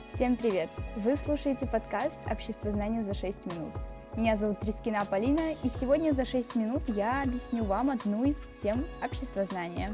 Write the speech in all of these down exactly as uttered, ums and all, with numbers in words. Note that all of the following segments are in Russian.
Всем привет! Вы слушаете подкаст «Обществознание за шесть минут». Меня зовут Трискина Полина, и сегодня за шесть минут я объясню вам одну из тем обществознания.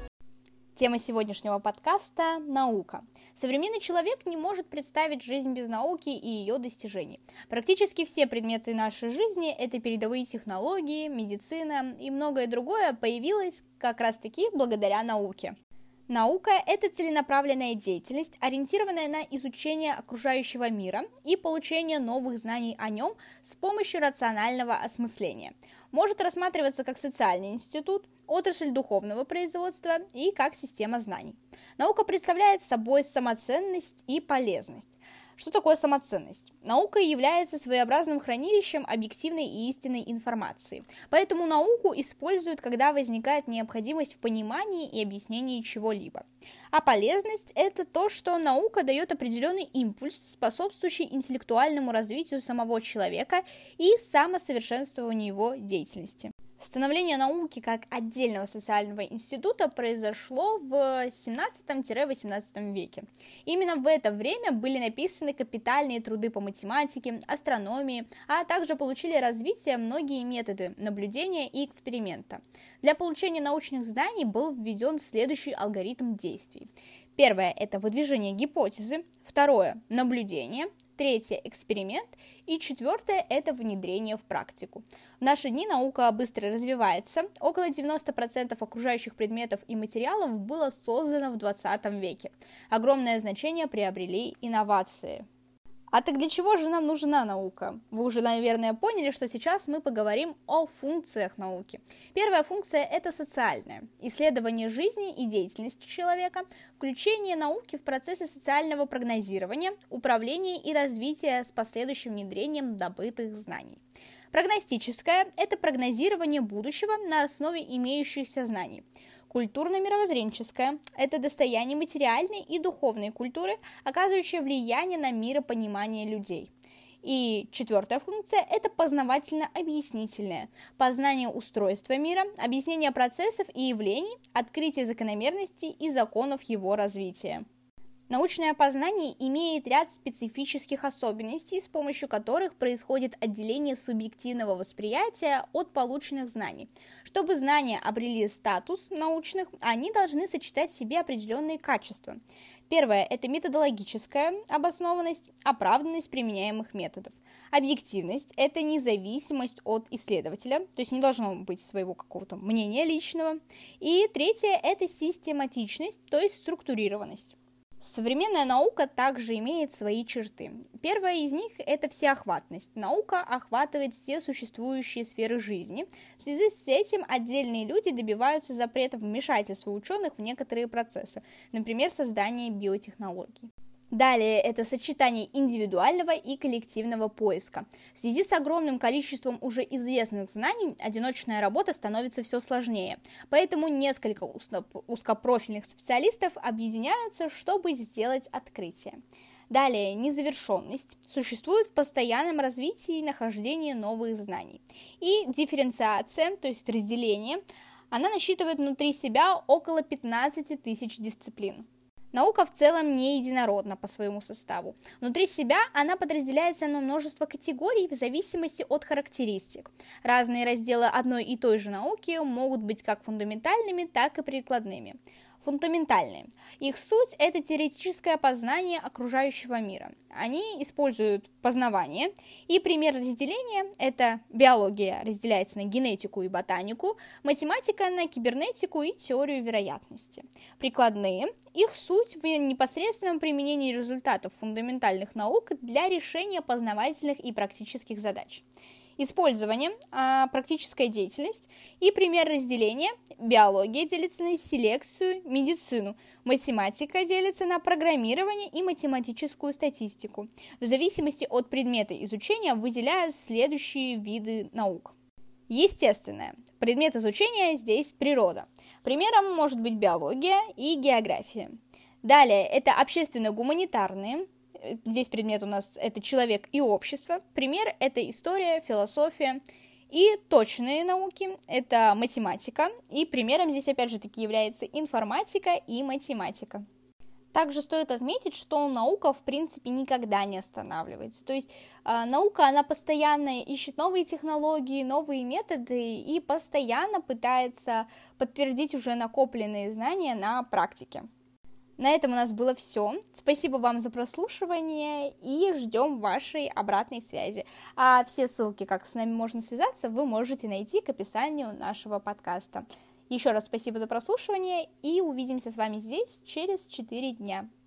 Тема сегодняшнего подкаста – наука. Современный человек не может представить жизнь без науки и ее достижений. Практически все предметы нашей жизни – это передовые технологии, медицина и многое другое появилось как раз-таки благодаря науке. Наука – это целенаправленная деятельность, ориентированная на изучение окружающего мира и получение новых знаний о нем с помощью рационального осмысления. Может рассматриваться как социальный институт, отрасль духовного производства и как система знаний. Наука представляет собой самоценность и полезность. Что такое самоценность? Наука является своеобразным хранилищем объективной и истинной информации. Поэтому науку используют, когда возникает необходимость в понимании и объяснении чего-либо. А полезность – это то, что наука дает определенный импульс, способствующий интеллектуальному развитию самого человека и самосовершенствованию его деятельности. Становление науки как отдельного социального института произошло в семнадцатом-восемнадцатом веке. Именно в это время были написаны капитальные труды по математике, астрономии, а также получили развитие многие методы наблюдения и эксперимента. Для получения научных знаний был введен следующий алгоритм действий. Первое – это выдвижение гипотезы, второе – наблюдение, третье – эксперимент и четвертое – это внедрение в практику. В наши дни наука быстро развивается, около девяносто процентов окружающих предметов и материалов было создано в двадцатом веке. Огромное значение приобрели инновации. А так для чего же нам нужна наука? Вы уже, наверное, поняли, что сейчас мы поговорим о функциях науки. Первая функция – это социальная. Исследование жизни и деятельности человека, включение науки в процессы социального прогнозирования, управления и развития с последующим внедрением добытых знаний. Прогностическая – это прогнозирование будущего на основе имеющихся знаний. Культурно-мировоззренческая – это достояние материальной и духовной культуры, оказывающее влияние на миропонимание людей. И четвертая функция – это познавательно-объяснительная – познание устройства мира, объяснение процессов и явлений, открытие закономерностей и законов его развития. Научное познание имеет ряд специфических особенностей, с помощью которых происходит отделение субъективного восприятия от полученных знаний. Чтобы знания обрели статус научных, они должны сочетать в себе определенные качества. Первое – это методологическая обоснованность, оправданность применяемых методов. Объективность – это независимость от исследователя, то есть не должно быть своего какого-то мнения личного. И третье – это систематичность, то есть структурированность. Современная наука также имеет свои черты. Первая из них – это всеохватность. Наука охватывает все существующие сферы жизни. В связи с этим отдельные люди добиваются запретов вмешательства ученых в некоторые процессы, например, создание биотехнологий. Далее это сочетание индивидуального и коллективного поиска. В связи с огромным количеством уже известных знаний одиночная работа становится все сложнее, поэтому несколько узкопрофильных специалистов объединяются, чтобы сделать открытие. Далее незавершенность существует в постоянном развитии и нахождении новых знаний. И дифференциация, то есть разделение, она насчитывает внутри себя около пятнадцати тысяч дисциплин. Наука в целом не единородна по своему составу. Внутри себя она подразделяется на множество категорий в зависимости от характеристик. Разные разделы одной и той же науки могут быть как фундаментальными, так и прикладными. Фундаментальные. Их суть – это теоретическое познание окружающего мира. Они используют познавание, и пример разделения – это биология разделяется на генетику и ботанику, математика на кибернетику и теорию вероятности. Прикладные – их суть в непосредственном применении результатов фундаментальных наук для решения познавательных и практических задач. Использование, а, практическая деятельность и пример разделения. Биология делится на селекцию, медицину. Математика делится на программирование и математическую статистику. В зависимости от предмета изучения выделяют следующие виды наук. Естественное. Предмет изучения здесь природа. Примером может быть биология и география. Далее это общественно-гуманитарные. Здесь предмет у нас это человек и общество. Пример это история, философия. И точные науки это математика. И примером здесь опять же таки является информатика и математика. Также стоит отметить, что наука, в принципе, никогда не останавливается. То есть э, наука, она постоянно ищет новые технологии, новые методы и постоянно пытается подтвердить уже накопленные знания на практике. На этом у нас было все. Спасибо вам за прослушивание и ждем вашей обратной связи. А все ссылки, как с нами можно связаться, вы можете найти к описанию нашего подкаста. Еще раз спасибо за прослушивание и увидимся с вами здесь через четыре дня.